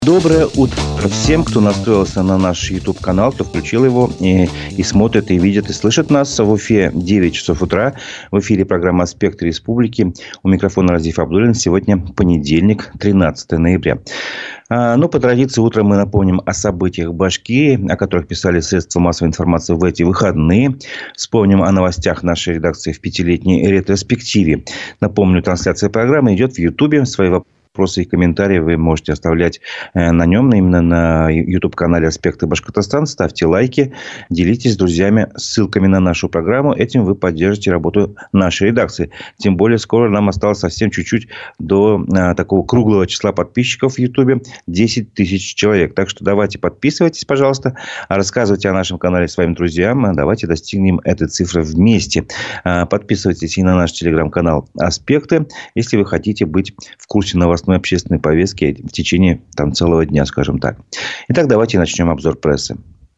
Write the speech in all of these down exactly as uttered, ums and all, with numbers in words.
Доброе утро всем, кто настроился на наш YouTube-канал, кто включил его и, и смотрит, и видит, и слышит нас. В Уфе девять часов утра. В эфире программа «Аспекты республики». У микрофона Разиф Абдуллин. Сегодня понедельник, тринадцатое ноября. А, ну, по традиции, утром мы напомним о событиях Башкирии, о которых писали средства массовой информации в эти выходные. Вспомним о новостях нашей редакции в пятилетней ретроспективе. Напомню, трансляция программы идет в YouTube. Свои вопросы. Вопросы и комментарии вы можете оставлять на нем, именно на YouTube-канале «Аспекты Башкортостана». Ставьте лайки, делитесь с друзьями ссылками на нашу программу. Этим вы поддержите работу нашей редакции. Тем более, скоро нам осталось совсем чуть-чуть до а, такого круглого числа подписчиков в YouTube. десять тысяч человек. Так что давайте подписывайтесь, пожалуйста. Рассказывайте о нашем канале своим друзьям. Давайте достигнем этой цифры вместе. А, подписывайтесь и на наш телеграм-канал «Аспекты», если вы хотите быть в курсе новостей общественной повестки в течение там, целого дня, скажем так. Итак, давайте начнем обзор прессы.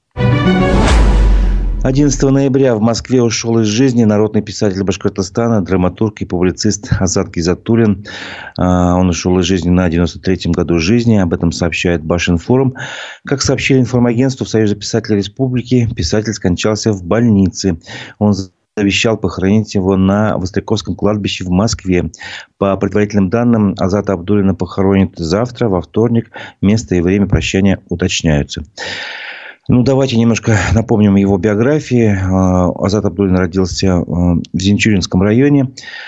одиннадцатого ноября в Москве ушел из жизни народный писатель Башкортостана, драматург и публицист Азат Гизатуллин. Он ушел из жизни на девяносто третьем году жизни. Об этом сообщает Башинформ. Как сообщили информагентству Союза писателей Республики, писатель скончался в больнице. Он завещал похоронить его на Востряковском кладбище в Москве. По предварительным данным, Азата Абдуллина похоронят завтра, во вторник. Место и время прощания уточняются. Ну, давайте немножко напомним его биографии. Азат Абдуллин родился в Зинчуринском районе.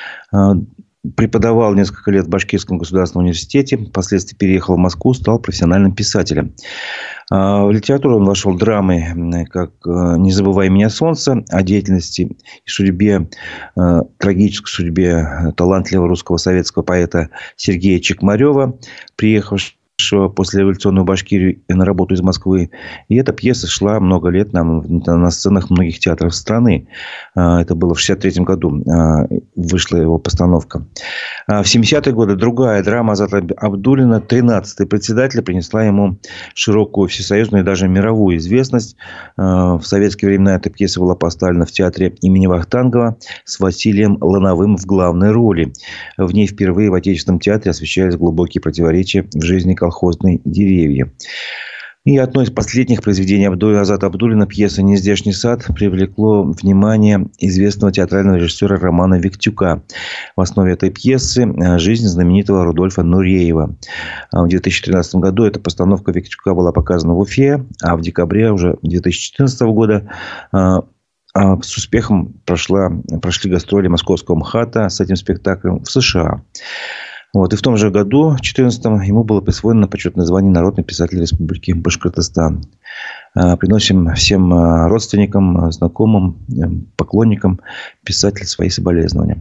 Преподавал несколько лет в Башкирском государственном университете. Впоследствии переехал в Москву, стал профессиональным писателем. В литературу он вошел драмой, как «Не забывай меня, солнце», о деятельности и судьбе, трагической судьбе талантливого русского советского поэта Сергея Чекмарева, приехавшего после революционную Башкирию на работу из Москвы. И эта пьеса шла много лет на, на сценах многих театров страны. Это было в шестьдесят третьем году. Вышла его постановка. В семидесятые годы другая драма Азата Абдуллина, тринадцатый председатель, принесла ему широкую всесоюзную и даже мировую известность. В советские времена эта пьеса была поставлена в театре имени Вахтангова с Василием Лановым в главной роли. В ней впервые в Отечественном театре освещались глубокие противоречия в жизни колхозной деревья. И одно из последних произведений Азата Абдуллина, пьеса «Нездешний сад», привлекло внимание известного театрального режиссера Романа Виктюка. В основе этой пьесы жизнь знаменитого Рудольфа Нуреева. В две тысячи тринадцатом году эта постановка Виктюка была показана в Уфе, а в декабре уже две тысячи четырнадцатого года с успехом прошла, прошли гастроли московского МХАТа с этим спектаклем в США. Вот. И в том же году, в две тысячи четырнадцатом, ему было присвоено почетное звание «Народный писатель Республики Башкортостан». Приносим всем родственникам, знакомым, поклонникам писателя свои соболезнования.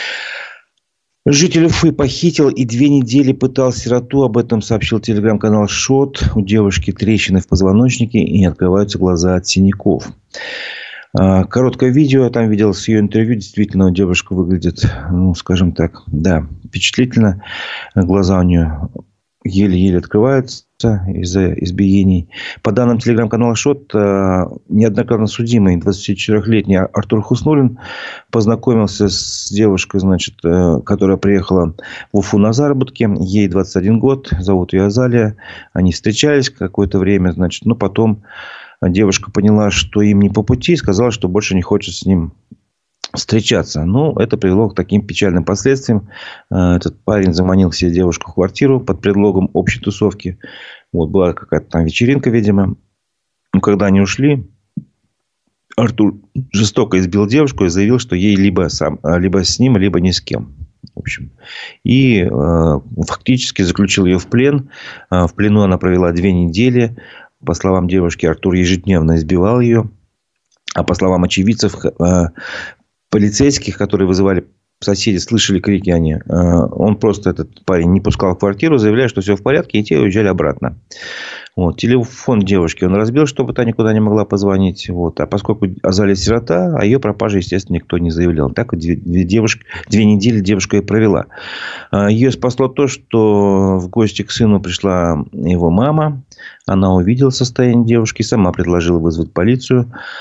Житель Уфы похитил и две недели пытал сироту. Об этом сообщил телеграм-канал «Шот». У девушки трещины в позвоночнике и не открываются глаза от синяков. Короткое видео, там видел с ее интервью. Действительно, девушка выглядит, ну, скажем так, да, впечатлительно. Глаза у нее еле-еле открываются из-за избиений. По данным телеграм-канала «Шот», неоднократно судимый двадцатичетырёхлетний Артур Хуснуллин познакомился с девушкой, значит, которая приехала в Уфу на заработки. Ей двадцать один год, зовут ее Азалия. Они встречались какое-то время, значит, но потом девушка поняла, что им не по пути, и сказала, что больше не хочет с ним встречаться. Ну, это привело к таким печальным последствиям. Этот парень заманил к себе девушку в квартиру под предлогом общей тусовки. Вот, была какая-то там вечеринка, видимо. Но когда они ушли, Артур жестоко избил девушку и заявил, что ей либо, сам, либо с ним, либо ни с кем. В общем. И э, фактически заключил ее в плен. Э, в плену она провела две недели. По словам девушки, Артур ежедневно избивал ее. А по словам очевидцев, полицейских, которые вызывали соседи, слышали крики они, он просто, этот парень, не пускал в квартиру, заявляя, что все в порядке, и те уезжали обратно. Вот. Телефон девушки он разбил, чтобы та никуда не могла позвонить. Вот. А поскольку Азалия сирота, о ее пропаже, естественно, никто не заявлял. Так вот две, две, девушки, две недели девушка и провела. Ее спасло то, что в гости к сыну пришла его мама. Она увидела состояние девушки и сама предложила вызвать полицию.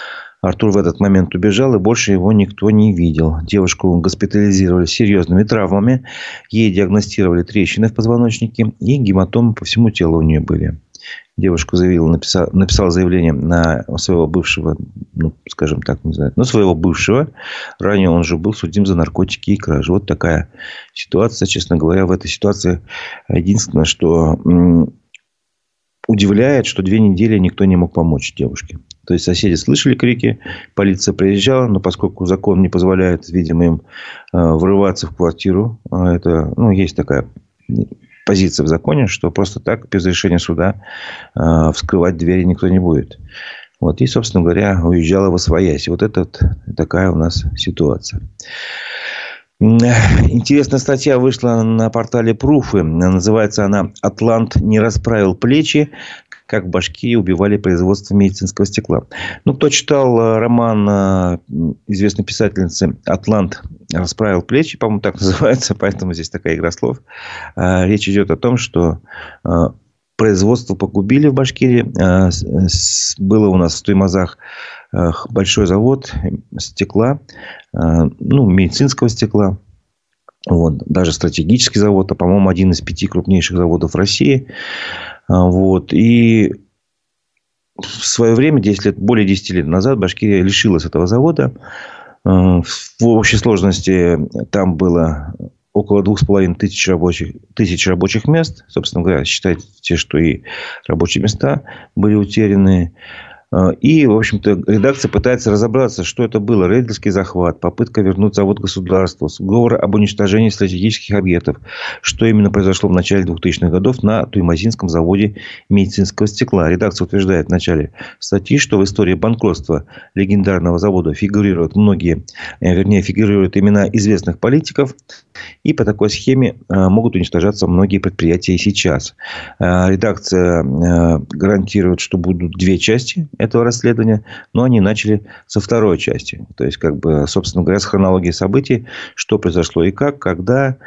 Артур в этот момент убежал, и больше его никто не видел. Девушку госпитализировали с серьезными травмами. Ей диагностировали трещины в позвоночнике и гематомы по всему телу у нее были. Девушка заявила, написала, написала заявление на своего бывшего, ну, скажем так, не знаю, ну, своего бывшего. Ранее он же был судим за наркотики и кражи. Вот такая ситуация. Честно говоря, в этой ситуации единственное, что м- удивляет, что две недели никто не мог помочь девушке. То есть, соседи слышали крики, полиция приезжала, но поскольку закон не позволяет, видимо, им э, врываться в квартиру, э, это, ну, есть такая позиция в законе, что просто так, без решения суда, э, вскрывать двери никто не будет. Вот. И, собственно говоря, уезжала восвоясь. Вот это вот такая у нас ситуация. Интересная статья вышла на портале Пруфы. Называется она «Атлант не расправил плечи. Как в Башкирии убивали производство медицинского стекла». Ну, кто читал роман известной писательницы «Атлант расправил плечи», по-моему, так называется, поэтому здесь такая игра слов. Речь идет о том, что производство погубили в Башкирии. Было у нас в Туймазах большой завод стекла, ну, медицинского стекла. Вот. Даже стратегический завод, а, по-моему, один из пяти крупнейших заводов России. Вот. И в свое время, десять лет, более десяти лет назад, Башкирия лишилась этого завода. В общей сложности там было около двух с половиной тысяч рабочих, тысяч рабочих мест. Собственно говоря, считайте, что и рабочие места были утеряны. И, в общем-то, редакция пытается разобраться, что это было. Рейдерский захват, попытка вернуть завод государству, сговор об уничтожении стратегических объектов. Что именно произошло в начале двухтысячных годов на Туймазинском заводе медицинского стекла. Редакция утверждает в начале статьи, что в истории банкротства легендарного завода фигурируют многие, вернее, фигурируют имена известных политиков. И по такой схеме могут уничтожаться многие предприятия и сейчас. Редакция гарантирует, что будут две части этого расследования, но они начали со второй части. То есть, как бы, собственно говоря, с хронологией событий, что произошло и как, когда.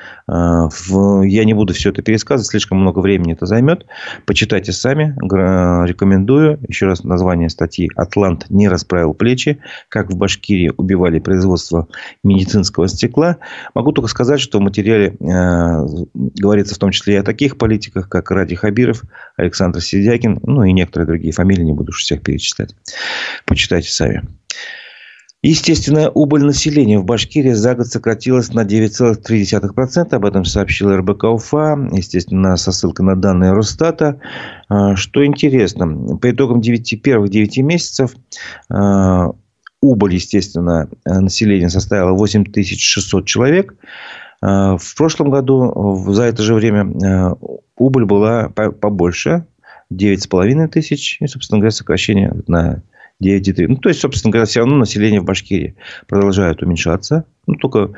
Я не буду все это пересказывать, слишком много времени это займет. Почитайте сами, рекомендую. Еще раз название статьи «Атлант не расправил плечи. Как в Башкирии убивали производство медицинского стекла». Могу только сказать, что в материале говорится в том числе и о таких политиках, как Ради Хабиров, Александр Сидякин, ну и некоторые другие фамилии, не буду уж всех перечислять. Почитайте сами. Естественная убыль населения в Башкирии за год сократилась на девять целых три десятых процента. Об этом сообщила эр бэ ка Уфа. Естественно, со ссылкой на данные Росстата. Что интересно, по итогам девяти, первых девяти месяцев убыль, естественно, населения составила восемь тысяч шестьсот человек. В прошлом году за это же время убыль была побольше. девять с половиной тысяч. И, собственно говоря, сокращение на девять целых три десятых. Ну, то есть, собственно говоря, все равно население в Башкирии продолжает уменьшаться. Ну, только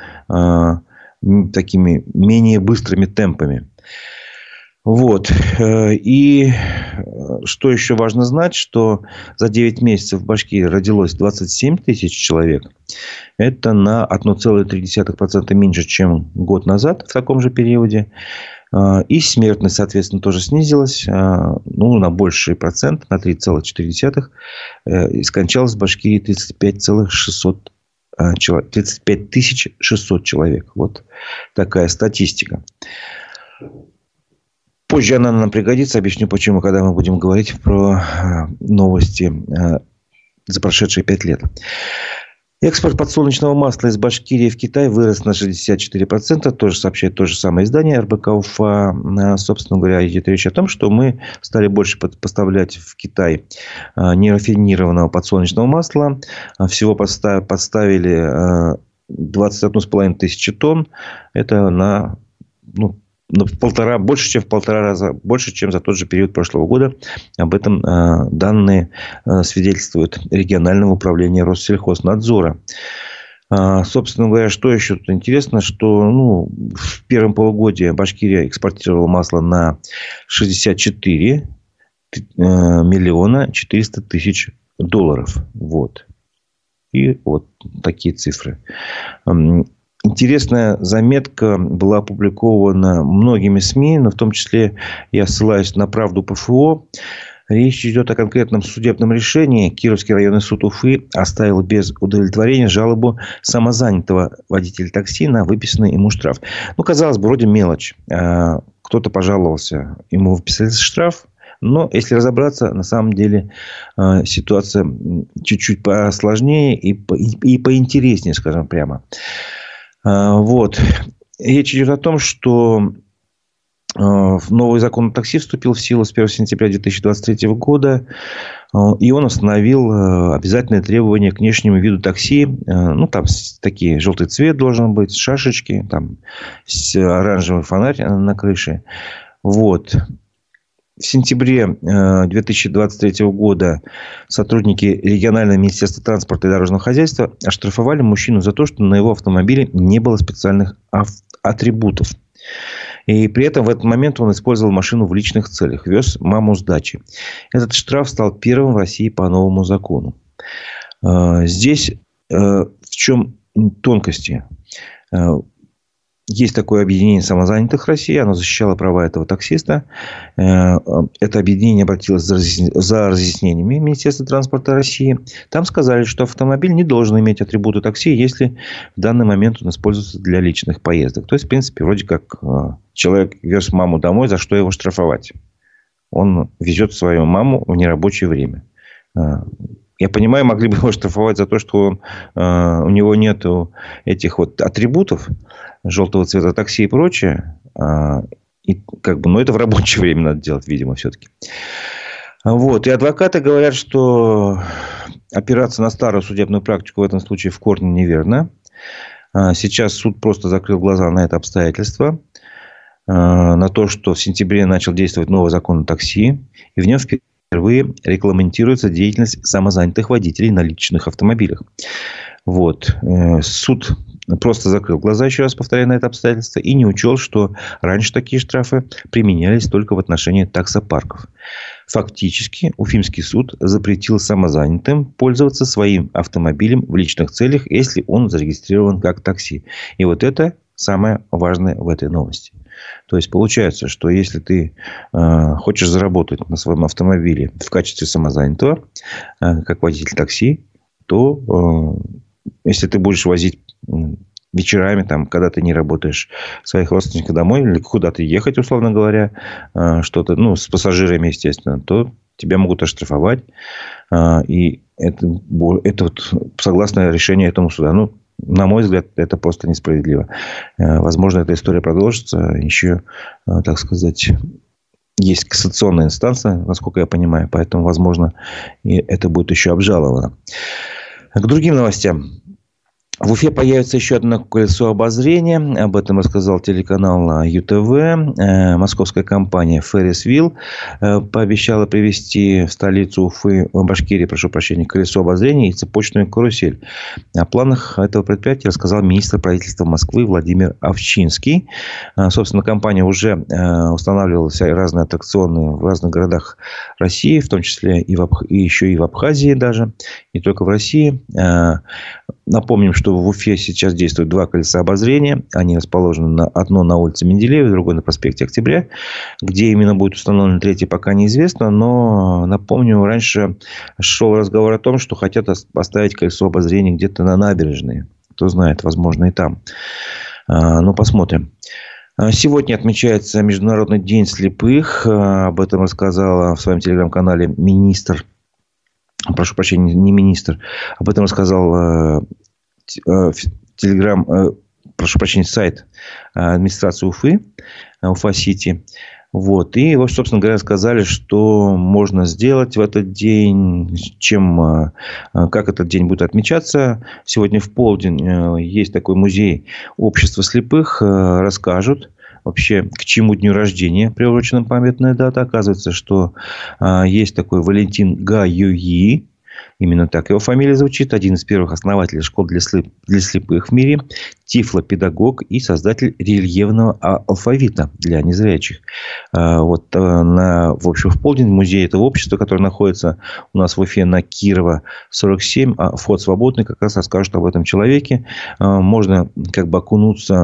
э, такими менее быстрыми темпами. Вот. И что еще важно знать, что за девять месяцев в Башкирии родилось двадцать семь тысяч человек. Это на одна целая три десятых процента меньше, чем год назад в таком же периоде. И смертность, соответственно, тоже снизилась, ну, на больший процент, на три целых четыре десятых. И скончалось в Башкирии тридцать пять тысяч шестьсот человек. Вот такая статистика. Позже она нам пригодится. Объясню, почему, когда мы будем говорить про новости за прошедшие пять лет. Экспорт подсолнечного масла из Башкирии в Китай вырос на шестьдесят четыре процента. Тоже сообщает то же самое издание эр бэ ка Уфа. Собственно говоря, идет речь о том, что мы стали больше поставлять в Китай нерафинированного подсолнечного масла. Всего подставили двадцать одна с половиной тысячи тонн. Это на... Ну, Но в полтора, больше, чем в полтора раза больше, чем за тот же период прошлого года. Об этом э, данные э, свидетельствуют регионального управления Россельхознадзора. Э, собственно говоря, что еще тут интересно, что ну, в первом полугодии Башкирия экспортировала масло на шестьдесят четыре миллиона четыреста тысяч долларов. Вот. И вот такие цифры. Интересная заметка была опубликована многими СМИ, но в том числе я ссылаюсь на «Правду ПФО». Речь идет о конкретном судебном решении. Кировский районный суд Уфы оставил без удовлетворения жалобу самозанятого водителя такси на выписанный ему штраф. Ну, казалось бы, вроде мелочь. Кто-то пожаловался, ему выписали штраф. Но, если разобраться, на самом деле ситуация чуть-чуть посложнее и, и поинтереснее, скажем прямо. Вот. Речь идет о том, что новый закон о такси вступил в силу с первого сентября две тысячи двадцать третьего года. И он установил обязательные требования к внешнему виду такси. Ну, там такие, желтый цвет должен быть, шашечки, там оранжевый фонарь на крыше. Вот. В сентябре две тысячи двадцать третьего года сотрудники регионального министерства транспорта и дорожного хозяйства оштрафовали мужчину за то, что на его автомобиле не было специальных атрибутов. И при этом в этот момент он использовал машину в личных целях. Вез маму с дачи. Этот штраф стал первым в России по новому закону. Здесь в чем тонкости? Есть такое объединение самозанятых России. Оно защищало права этого таксиста. Это объединение обратилось за разъяснениями Министерства транспорта России. Там сказали, что автомобиль не должен иметь атрибуты такси, если в данный момент он используется для личных поездок. То есть, в принципе, вроде как человек вез маму домой, за что его штрафовать? Он везет свою маму в нерабочее время. Я понимаю, могли бы его штрафовать за то, что он, у него нет этих вот атрибутов желтого цвета такси и прочее. И как бы, но это в рабочее время надо делать, видимо, все-таки. Вот. И адвокаты говорят, что опираться на старую судебную практику в этом случае в корне неверно. Сейчас суд просто закрыл глаза на это обстоятельство. На то, что в сентябре начал действовать новый закон о такси. И в нем впервые Впервые регламентируется деятельность самозанятых водителей на личных автомобилях. Вот. Суд просто закрыл глаза, еще раз повторяю, на это обстоятельство. И не учел, что раньше такие штрафы применялись только в отношении таксопарков. Фактически, Уфимский суд запретил самозанятым пользоваться своим автомобилем в личных целях, если он зарегистрирован как такси. И вот это самое важное в этой новости. То есть, получается, что если ты э, хочешь заработать на своем автомобиле в качестве самозанятого, э, как водитель такси, то э, если ты будешь возить вечерами, там, когда ты не работаешь, своих родственников домой, или куда-то ехать, условно говоря, э, что-то, ну, с пассажирами, естественно, то тебя могут оштрафовать. Э, и это, это вот согласно решению этому суда. Ну, на мой взгляд, это просто несправедливо. Возможно, эта история продолжится. Еще, так сказать, есть кассационная инстанция, насколько я понимаю. Поэтому, возможно, и это будет еще обжаловано. К другим новостям. В Уфе появится еще одно колесо обозрения. Об этом рассказал телеканал ЮТВ. Московская компания Ferris Wheel пообещала привезти в столицу Уфы, в Башкирии, прошу прощения, колесо обозрения и цепочную карусель. О планах этого предприятия рассказал министр правительства Москвы Владимир Овчинский. Собственно, компания уже устанавливала разные аттракционы в разных городах России, в том числе и, в Абх... и еще и в Абхазии даже, не только в России. Напомним, что в Уфе сейчас действуют два колеса обозрения. Они расположены на, одно на улице Менделеева, другое на проспекте Октября. Где именно будет установлен третий, пока неизвестно. Но, напомню, раньше шел разговор о том, что хотят поставить колесо обозрения где-то на набережной. Кто знает, возможно, и там. Но посмотрим. Сегодня отмечается Международный день слепых. Об этом рассказала в своем телеграм-канале министр. Прошу прощения, не министр. Об этом рассказал э, э, телеграм, э, прошу прощения, сайт администрации Уфы, Уфа-Сити. Вот. И, вот, собственно говоря, сказали, что можно сделать в этот день, чем, э, как этот день будет отмечаться. Сегодня в полдень э, есть такой музей общества слепых. Э, расскажут. Вообще, к чему дню рождения приурочена памятная дата? Оказывается, что а, есть такой Валентин Гаюи. Именно так его фамилия звучит. Один из первых основателей школ для, слеп... для слепых в мире. Тифлопедагог и создатель рельефного алфавита для незрячих. А, вот а, на, в общем, в полдень в музее этого общества, которое находится у нас в Уфе на Кирова сорок семь, а вход свободный, как раз расскажут об этом человеке. А, можно как бы окунуться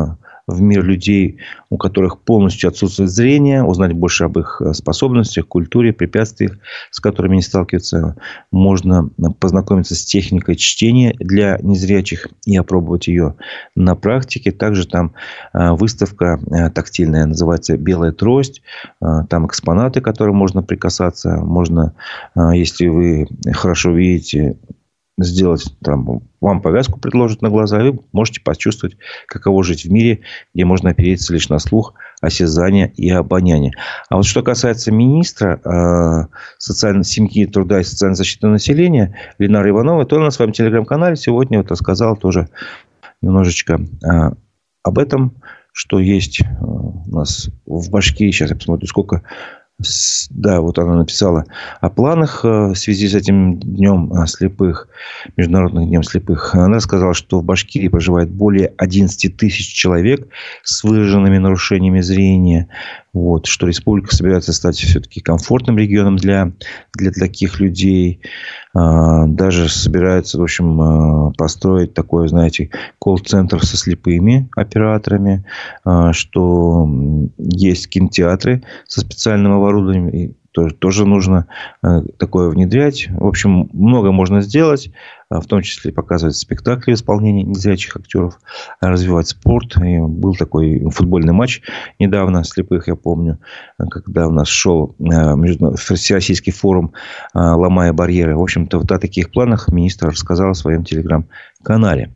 в мир людей, у которых полностью отсутствует зрение, узнать больше об их способностях, культуре, препятствиях, с которыми они сталкиваются. Можно познакомиться с техникой чтения для незрячих и опробовать ее на практике. Также там выставка тактильная, называется «Белая трость». Там экспонаты, к которым можно прикасаться. Можно, если вы хорошо видите, сделать там, вам повязку предложат на глаза, и вы можете почувствовать, каково жить в мире, где можно опереться лишь на слух, осязание и обоняние. А вот что касается министра э, социальной семьи, труда и социальной защиты населения Ленары Ивановой, то она на своем телеграм-канале сегодня вот рассказала тоже немножечко э, об этом, что есть э, у нас в Башкирии. Сейчас я посмотрю, сколько... Да, вот она написала о планах в связи с этим днем слепых, Международным днем слепых. Она сказала, что в Башкирии проживает более одиннадцать тысяч человек с выраженными нарушениями зрения. Вот, что республика собирается стать все-таки комфортным регионом для, для таких людей. Даже собирается, в общем, построить такой, знаете, колл-центр со слепыми операторами. Что есть кинотеатры со специальным оборудованием. И тоже, тоже нужно такое внедрять. В общем, много можно сделать. В том числе показывать спектакли в исполнении незрячих актеров, развивать спорт. И был такой футбольный матч недавно слепых, я помню, когда у нас шел всероссийский форум «Ломая барьеры». В общем-то, вот о таких планах министр рассказал в своем телеграм-канале.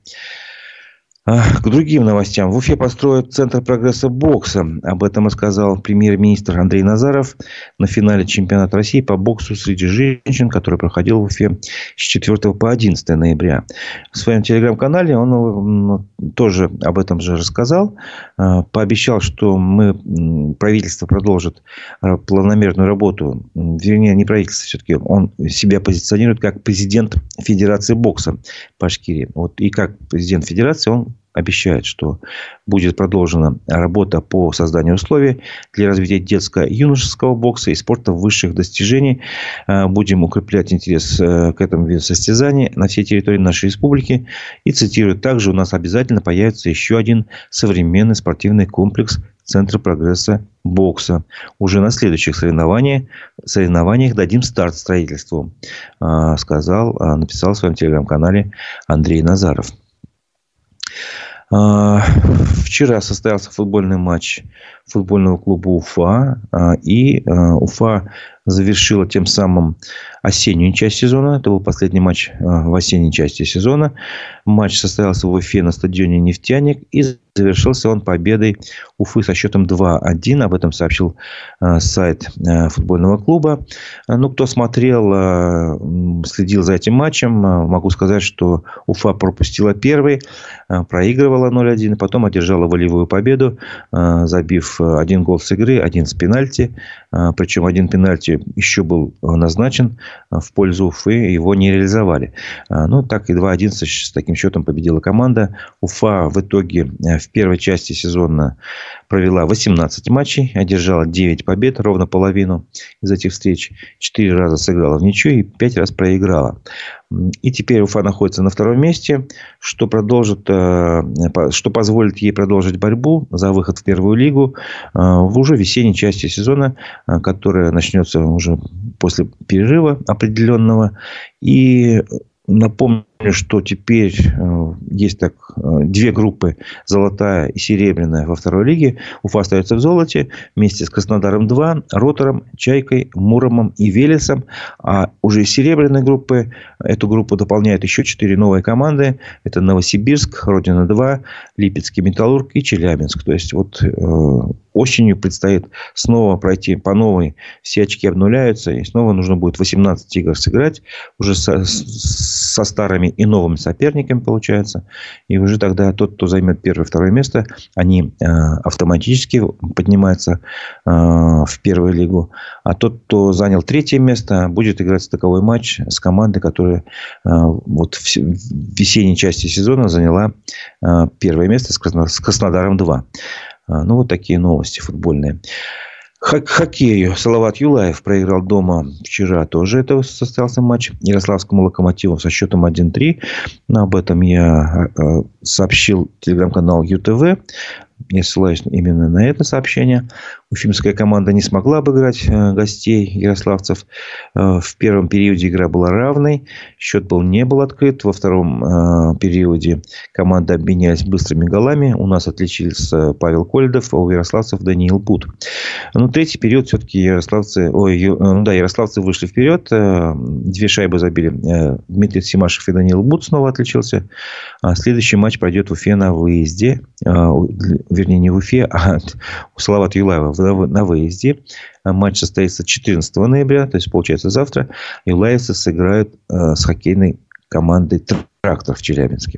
К другим новостям. В Уфе построят Центр прогресса бокса. Об этом рассказал премьер-министр Андрей Назаров на финале чемпионата России по боксу среди женщин, который проходил в Уфе с четвёртого по одиннадцатое ноября. В своем телеграм-канале он тоже об этом же рассказал. Пообещал, что мы, правительство продолжит планомерную работу. Вернее, не правительство все-таки. Он себя позиционирует как президент Федерации бокса Башкирии. Вот и как президент Федерации он обещает, что будет продолжена работа по созданию условий для развития детско-юношеского бокса и спорта высших достижений. Будем укреплять интерес к этому виду состязаний на всей территории нашей республики. И цитирую: также у нас обязательно появится еще один современный спортивный комплекс Центра прогресса бокса. Уже на следующих соревнованиях, соревнованиях дадим старт строительству, сказал, написал в своем телеграм-канале Андрей Назаров. Вчера состоялся футбольный матч футбольного клуба Уфа. И Уфа завершила тем самым осеннюю часть сезона. Это был последний матч в осенней части сезона. Матч состоялся в Уфе на стадионе «Нефтяник». И завершился он победой Уфы со счетом два один. Об этом сообщил сайт футбольного клуба. Ну, кто смотрел, следил за этим матчем, могу сказать, что Уфа пропустила первый, проигрывала ноль один, потом одержала волевую победу, забив один гол с игры, один с пенальти. Причем один пенальти еще был назначен в пользу Уфы, его не реализовали. Ну, так и два один с таким счетом победила команда. Уфа в итоге в первой части сезона провела восемнадцать матчей, одержала девять побед, ровно половину из этих встреч. четыре раза сыграла в ничью и пять раз проиграла. И теперь Уфа находится на втором месте, что продолжит, что позволит ей продолжить борьбу за выход в первую лигу в уже весенней части сезона, которая начнется уже после перерыва определенного. И напомню, что теперь есть так две группы, золотая и серебряная, во второй лиге. Уфа остается в золоте вместе с Краснодаром два, Ротором, Чайкой, Муромом и Велесом. А уже из серебряной группы эту группу дополняют еще четыре новые команды. Это Новосибирск, Родина два, Липецкий Металлург и Челябинск. То есть вот осенью предстоит снова пройти по новой. Все очки обнуляются. И снова нужно будет восемнадцать игр сыграть. Уже со, со старыми и новыми соперниками, получается. И уже тогда тот, кто займет первое и второе место, они э, автоматически поднимаются э, в первую лигу. А тот, кто занял третье место, будет играть стыковой матч с командой, которая э, вот в, в весенней части сезона заняла э, первое место с, Красно, с Краснодаром два. Э, ну, вот такие новости футбольные. К хоккею. Салават Юлаев проиграл дома вчера. Тоже это состоялся матч Ярославскому Локомотиву со счетом один три. Но об этом я сообщил телеграм-канал ю тэ вэ. Я ссылаюсь именно на это сообщение. Уфимская команда не смогла обыграть гостей ярославцев. В первом периоде игра была равной. Счет был, не был открыт. Во втором периоде команды обменялись быстрыми голами. У нас отличился Павел Кольдов, а у ярославцев Даниил Пут. Но третий период все-таки ярославцы, ой, ну да, ярославцы вышли вперед. Две шайбы забили Дмитрий Симашев и Даниил Пут снова отличился. А следующий матч пройдет в Уфе на выезде. Вернее, не в Уфе, а у Салавата Юлаева на выезде. Матч состоится четырнадцатого ноября, то есть, получается, завтра. Юлаевцы сыграют с хоккейной командой «Трактор» в Челябинске.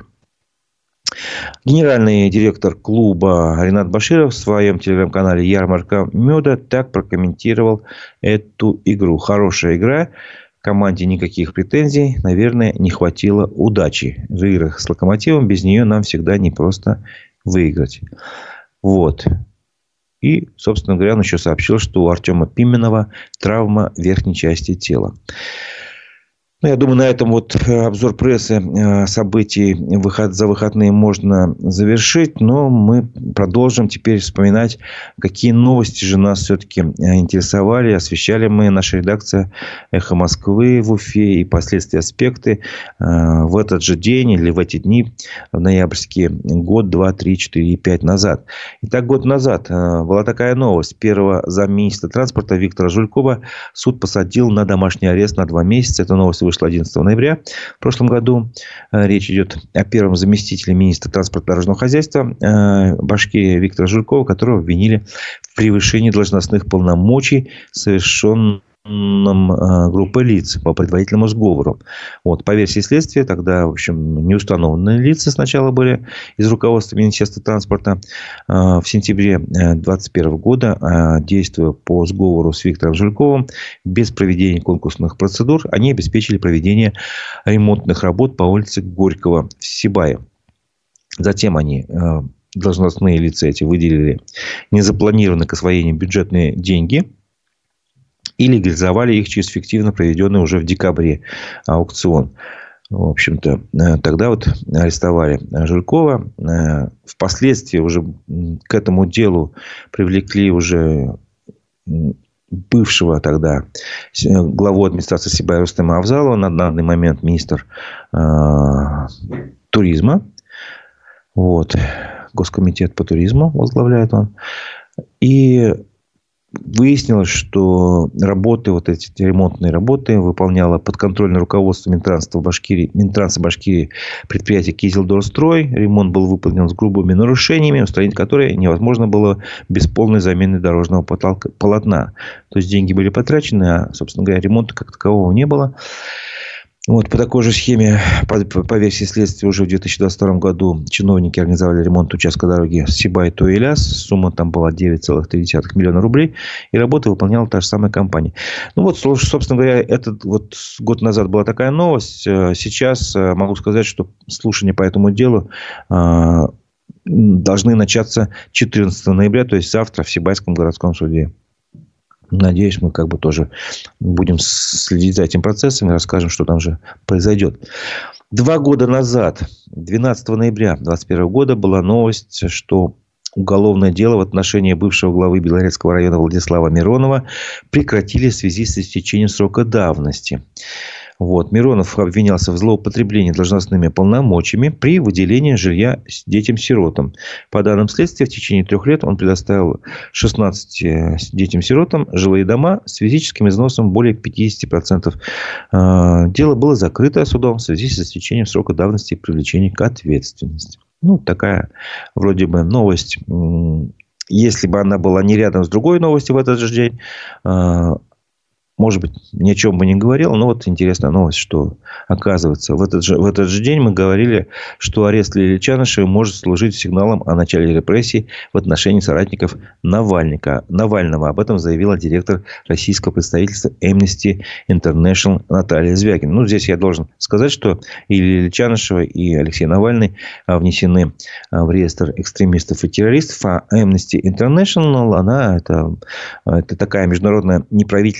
Генеральный директор клуба Ринат Баширов в своем телеграм-канале «Ярмарка меда» так прокомментировал эту игру. Хорошая игра. Команде никаких претензий. Наверное, не хватило удачи в играх с «Локомотивом». Без нее нам всегда непросто выиграть. Вот. И, собственно говоря, он еще сообщил, что у Артема Пименова травма верхней части тела. Ну, я думаю, на этом вот обзор прессы событий за выходные можно завершить. Но мы продолжим теперь вспоминать, какие новости же нас все-таки интересовали. Освещали мы, наша редакция «Эхо Москвы» в Уфе и последствия, аспекты в этот же день или в эти дни, в ноябрьские, год, два, три, четыре и пять назад. Итак, год назад была такая новость. Первого замминистра транспорта Виктора Жулькова суд посадил на домашний арест на два месяца. Эта новость вышла одиннадцатого ноября в прошлом году. Речь идет о первом заместителе министра транспорта и дорожного хозяйства Башкирии Виктора Жулькова, которого обвинили в превышении должностных полномочий, совершенном группой лиц по предварительному сговору. Вот. По версии следствия, тогда, в общем, неустановленные лица сначала были из руководства Министерства транспорта. В сентябре две тысячи двадцать первого года, действуя по сговору с Виктором Жульковым, без проведения конкурсных процедур, они обеспечили проведение ремонтных работ по улице Горького в Сибае. Затем они, должностные лица эти, выделили незапланированные к освоению бюджетные деньги и легализовали их через фиктивно проведенный уже в декабре аукцион. В общем-то, тогда вот арестовали Жулькова. Впоследствии уже к этому делу привлекли уже бывшего тогда главу администрации Сибая Рустема Авзалова, на данный момент министр э, туризма. Вот. Госкомитет по туризму возглавляет он. И выяснилось, что работы, вот эти ремонтные работы выполняло подконтрольное руководство Минтранса Башкирии, Минтранса Башкирии предприятие Кизилдорстрой. Ремонт был выполнен с грубыми нарушениями, устранить которые невозможно было без полной замены дорожного потолка, полотна. То есть деньги были потрачены, а, собственно говоря, ремонта как такового не было. Вот, по такой же схеме, по, по версии следствия, уже в две тысячи двадцать втором году чиновники организовали ремонт участка дороги Сибай-Туиляс. Сумма там была девять целых три десятых миллиона рублей. И работы выполняла та же самая компания. Ну, вот, собственно говоря, этот вот год назад была такая новость. Сейчас могу сказать, что слушания по этому делу э, должны начаться четырнадцатого ноября, то есть завтра, в Сибайском городском суде. Надеюсь, мы как бы тоже будем следить за этим процессом и расскажем, что там же произойдет. Два года назад, двенадцатого ноября две тысячи двадцать первого года, была новость, что уголовное дело в отношении бывшего главы Белорецкого района Владислава Миронова прекратили в связи с истечением срока давности. Вот. Миронов обвинялся в злоупотреблении должностными полномочиями при выделении жилья детям-сиротам. По данным следствия, в течение трех лет он предоставил шестнадцати детям-сиротам жилые дома с физическим износом более пятьдесят процентов. Дело было закрыто судом в связи с истечением срока давности и привлечением к ответственности. Ну, такая вроде бы новость. Если бы она была не рядом с другой новостью в этот же день, может быть, ни о чем бы не говорил, но вот интересная новость, что, оказывается, в этот же, в этот же день мы говорили, что арест Лилии Чанышевой может служить сигналом о начале репрессий в отношении соратников Навальника, Навального. Об этом заявила директор российского представительства Amnesty International Наталья Звягина. Ну, здесь я должен сказать, что и Лилия Чанышева, и Алексей Навальный внесены в реестр экстремистов и террористов, а Amnesty International, она это, это такая международная неправительственная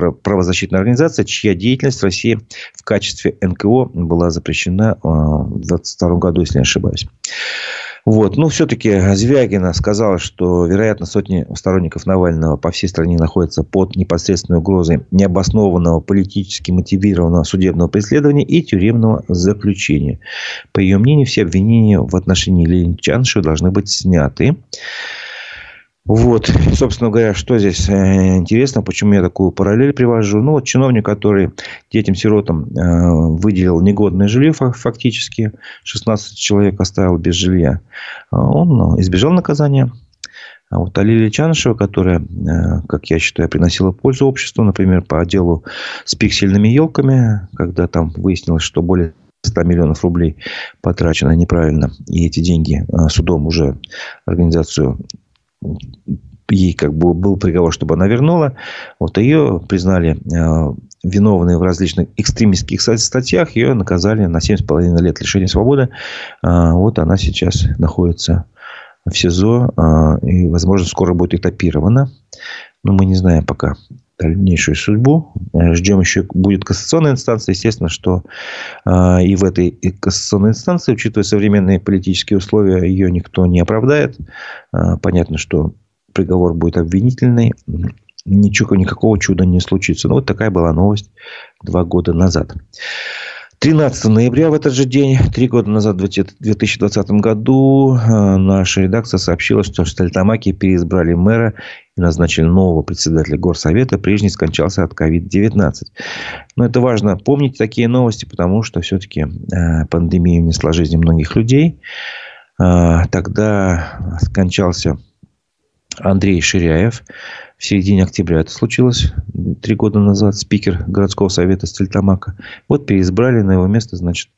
правозащитная организация, чья деятельность в России в качестве эн ка о была запрещена в две тысячи двадцать втором году, если не ошибаюсь. Вот. Ну, все-таки Звягина сказала, что, вероятно, сотни сторонников Навального по всей стране находятся под непосредственной угрозой необоснованного политически мотивированного судебного преследования и тюремного заключения. По ее мнению, все обвинения в отношении Лилии Чанышевой должны быть сняты. Вот, собственно говоря, что здесь интересно, почему я такую параллель привожу. Ну, вот чиновник, который детям-сиротам выделил негодное жилье фактически, шестнадцать человек оставил без жилья, он избежал наказания. А вот а Лилия Чанышева, которая, как я считаю, приносила пользу обществу, например, по делу с пиксельными елками, когда там выяснилось, что более ста миллионов рублей потрачено неправильно, и эти деньги судом уже организацию... Ей как бы был приговор, чтобы она вернула. Вот ее признали э, виновной в различных экстремистских статьях. Ее наказали на семь с половиной лет лишения свободы. Э, вот она сейчас находится в СИЗО. Э, и, возможно, скоро будет этапирована. Но мы не знаем пока дальнейшую судьбу. Ждем еще, будет кассационная инстанция. Естественно, что э, и в этой кассационной инстанции, учитывая современные политические условия, ее никто не оправдает. Э, понятно, что приговор будет обвинительный. Ничего, никакого чуда не случится. Ну, вот такая была новость два года назад. тринадцатого ноября в этот же день, три года назад, в две тысячи двадцатом году, наша редакция сообщила, что в Стерлитамаке переизбрали мэра и назначили нового председателя горсовета. Прежний скончался от ковид девятнадцать. Но это важно помнить такие новости, потому что все-таки пандемия унесла жизни многих людей. Тогда скончался Андрей Ширяев. В середине октября это случилось. Три года назад. Спикер городского совета Стерлитамака. Вот переизбрали на его место, значит,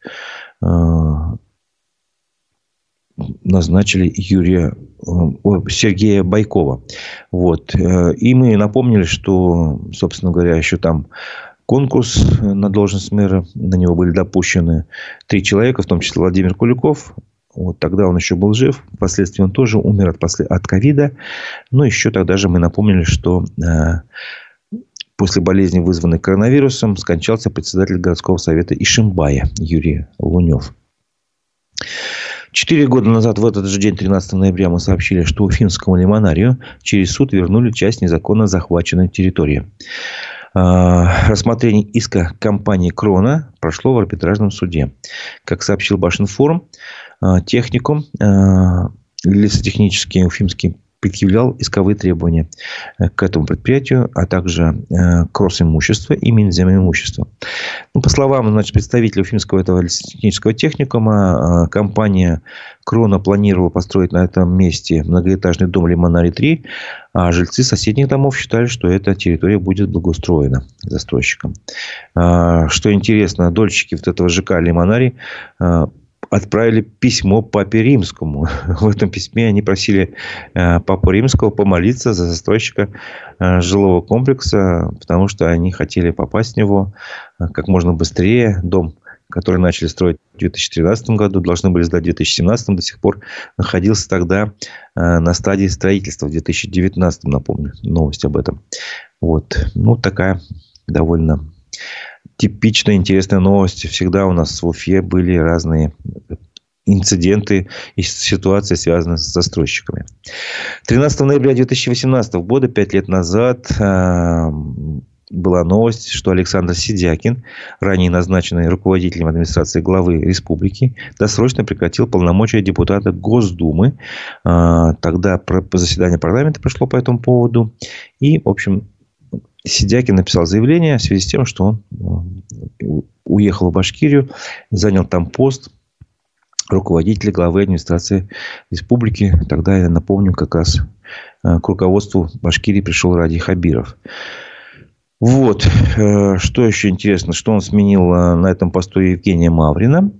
назначили Юрия, Сергея Байкова. Вот. И мы напомнили, что, собственно говоря, еще там конкурс на должность мэра. На него были допущены три человека, в том числе Владимир Куликов. Вот тогда он еще был жив. Впоследствии он тоже умер от, после... от ковида. Но еще тогда же мы напомнили, что э, после болезни, вызванной коронавирусом, скончался председатель городского совета Ишимбая Юрий Лунев. Четыре года назад, в этот же день, тринадцатого ноября, мы сообщили, что Уфимскому лимонарию через суд вернули часть незаконно захваченной территории. Рассмотрение иска компании «Крона» прошло в арбитражном суде. Как сообщил Башинформ, техникум лесотехнический Уфимский предъявлял исковые требования к этому предприятию, а также кросс-имущество и минземимущество. Ну, по словам, значит, представителя Уфимского этого лесотехнического техникума, компания «Крона» планировала построить на этом месте многоэтажный дом «Лимонарий-три», а жильцы соседних домов считали, что эта территория будет благоустроена застройщиком. Что интересно, дольщики вот этого ЖК «Лимонарий» отправили письмо Папе Римскому. В этом письме они просили Папу Римского помолиться за застройщика жилого комплекса, потому что они хотели попасть в него как можно быстрее. Дом, который начали строить в две тысячи тринадцатом году, должны были сдать в две тысячи семнадцатом, до сих пор находился тогда на стадии строительства. В две тысячи девятнадцатом, напомню, новость об этом. Вот. Ну, такая довольно типичная, интересная новость. Всегда у нас в Уфе были разные инциденты и ситуации, связанные с застройщиками. тринадцатого ноября две тысячи восемнадцатого года, пять лет назад, была новость, что Александр Сидякин, ранее назначенный руководителем администрации главы республики, досрочно прекратил полномочия депутата Госдумы. Тогда заседание парламента прошло по этому поводу. И, в общем, Сидякин написал заявление в связи с тем, что он уехал в Башкирию, занял там пост руководителя главы администрации республики. Тогда, я напомню, как раз к руководству Башкирии пришел Ради Хабиров. Вот. Что еще интересно, что он сменил на этом посту Евгения Маврина.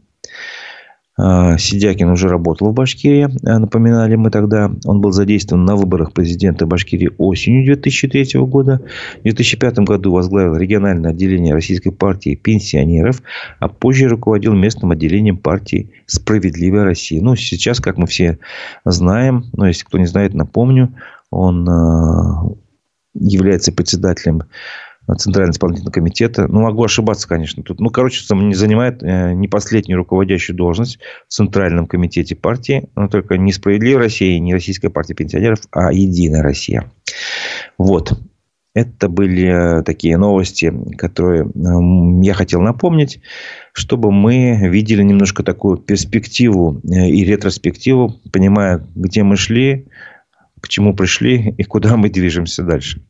Сидякин уже работал в Башкирии, напоминали мы тогда. Он был задействован на выборах президента Башкирии осенью две тысячи третьего года. В две тысячи пятом году возглавил региональное отделение Российской партии пенсионеров, а позже руководил местным отделением партии «Справедливая Россия». Ну, сейчас, как мы все знаем, но если кто не знает, напомню, он является председателем Центрального исполнительного комитета. Ну, могу ошибаться, конечно. Тут, ну, короче, занимает не последнюю руководящую должность в Центральном комитете партии. Но только не «Справедливая Россия», не Российская партия пенсионеров, а «Единая Россия». Вот. Это были такие новости, которые я хотел напомнить, чтобы мы видели немножко такую перспективу и ретроспективу, понимая, где мы шли, к чему пришли и куда мы движемся дальше.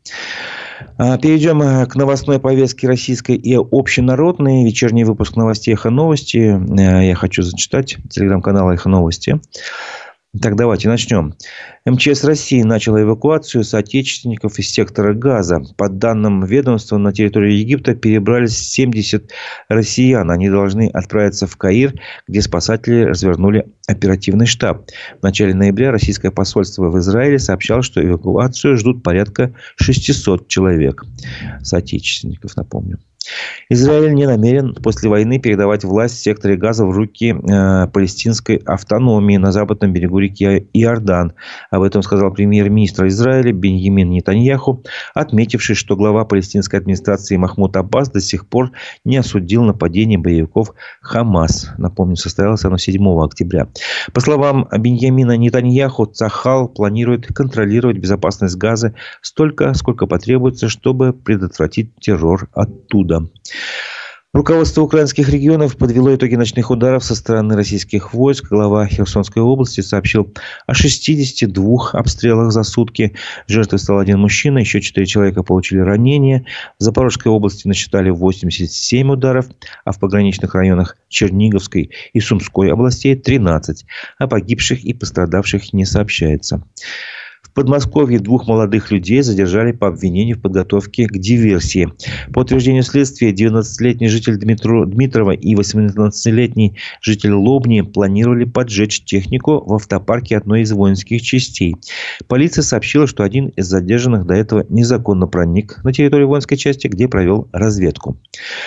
Перейдем к новостной повестке российской и общенародной. Вечерний выпуск новостей «Эхо Новости». Я хочу зачитать телеграм-канал «Эхо Новости». Так, давайте начнем. МЧС России начала эвакуацию соотечественников из сектора Газа. По данным ведомства, на территорию Египта перебрались семьдесят россиян. Они должны отправиться в Каир, где спасатели развернули оперативный штаб. В начале ноября российское посольство в Израиле сообщало, что эвакуацию ждут порядка шестьсот человек. Соотечественников, напомню. Израиль не намерен после войны передавать власть в секторе Газа в руки э, палестинской автономии на западном берегу реки Иордан. Об этом сказал премьер-министр Израиля Беньямин Нетаньяху, отметивший, что глава палестинской администрации Махмуд Аббас до сих пор не осудил нападение боевиков Хамас. Напомню, состоялось оно седьмого октября. По словам Беньямина Нетаньяху, Цахал планирует контролировать безопасность Газа столько, сколько потребуется, чтобы предотвратить террор оттуда. Руководство украинских регионов подвело итоги ночных ударов со стороны российских войск. Глава Херсонской области сообщил о шестидесяти двух обстрелах за сутки. Жертвой стал один мужчина, еще четыре человека получили ранения. В Запорожской области насчитали восемьдесят семь ударов, а в пограничных районах Черниговской и Сумской областей тринадцать. О погибших и пострадавших не сообщается. В Подмосковье двух молодых людей задержали по обвинению в подготовке к диверсии. По утверждению следствия, девятнадцатилетний житель Дмитру, Дмитрова и восемнадцатилетний житель Лобни планировали поджечь технику в автопарке одной из воинских частей. Полиция сообщила, что один из задержанных до этого незаконно проник на территорию воинской части, где провел разведку.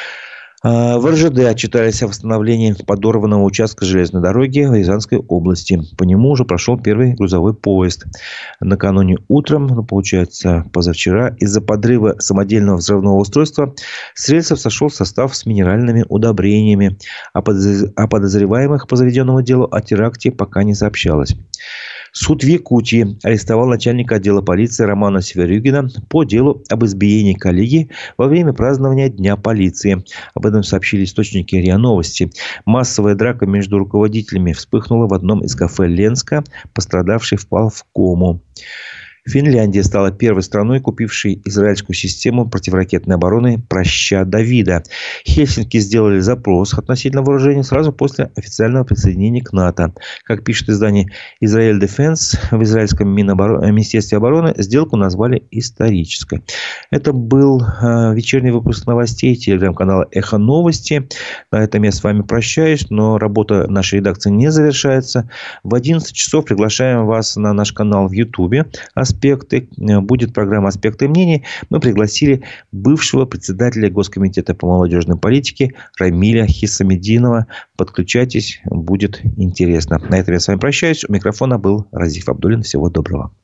В эр жэ дэ отчитались о восстановлении подорванного участка железной дороги в Рязанской области. По нему уже прошел первый грузовой поезд. Накануне утром, ну, получается, позавчера, из-за подрыва самодельного взрывного устройства с рельсов сошел состав с минеральными удобрениями. О подозреваемых по заведенному делу о теракте пока не сообщалось. Суд в Якутии арестовал начальника отдела полиции Романа Северюгина по делу об избиении коллеги во время празднования Дня полиции. Об этом сообщили источники РИА Новости. Массовая драка между руководителями вспыхнула в одном из кафе Ленска. Пострадавший впал в кому. Финляндия стала первой страной, купившей израильскую систему противоракетной обороны «Проща Давида». Хельсинки сделали запрос относительно вооружения сразу после официального присоединения к НАТО. Как пишет издание Israel Defense, в израильском Минобор... Министерстве обороны сделку назвали исторической. Это был э, вечерний выпуск новостей телеграм-канала «Эхо Новости». На этом я с вами прощаюсь, но работа нашей редакции не завершается. В одиннадцать часов приглашаем вас на наш канал в Ютубе. Аспекты. Будет программа «Аспекты мнений». Мы пригласили бывшего председателя Госкомитета по молодежной политике Рамиля Хисамиддинова. Подключайтесь, будет интересно. На этом я с вами прощаюсь. У микрофона был Разиф Абдуллин. Всего доброго.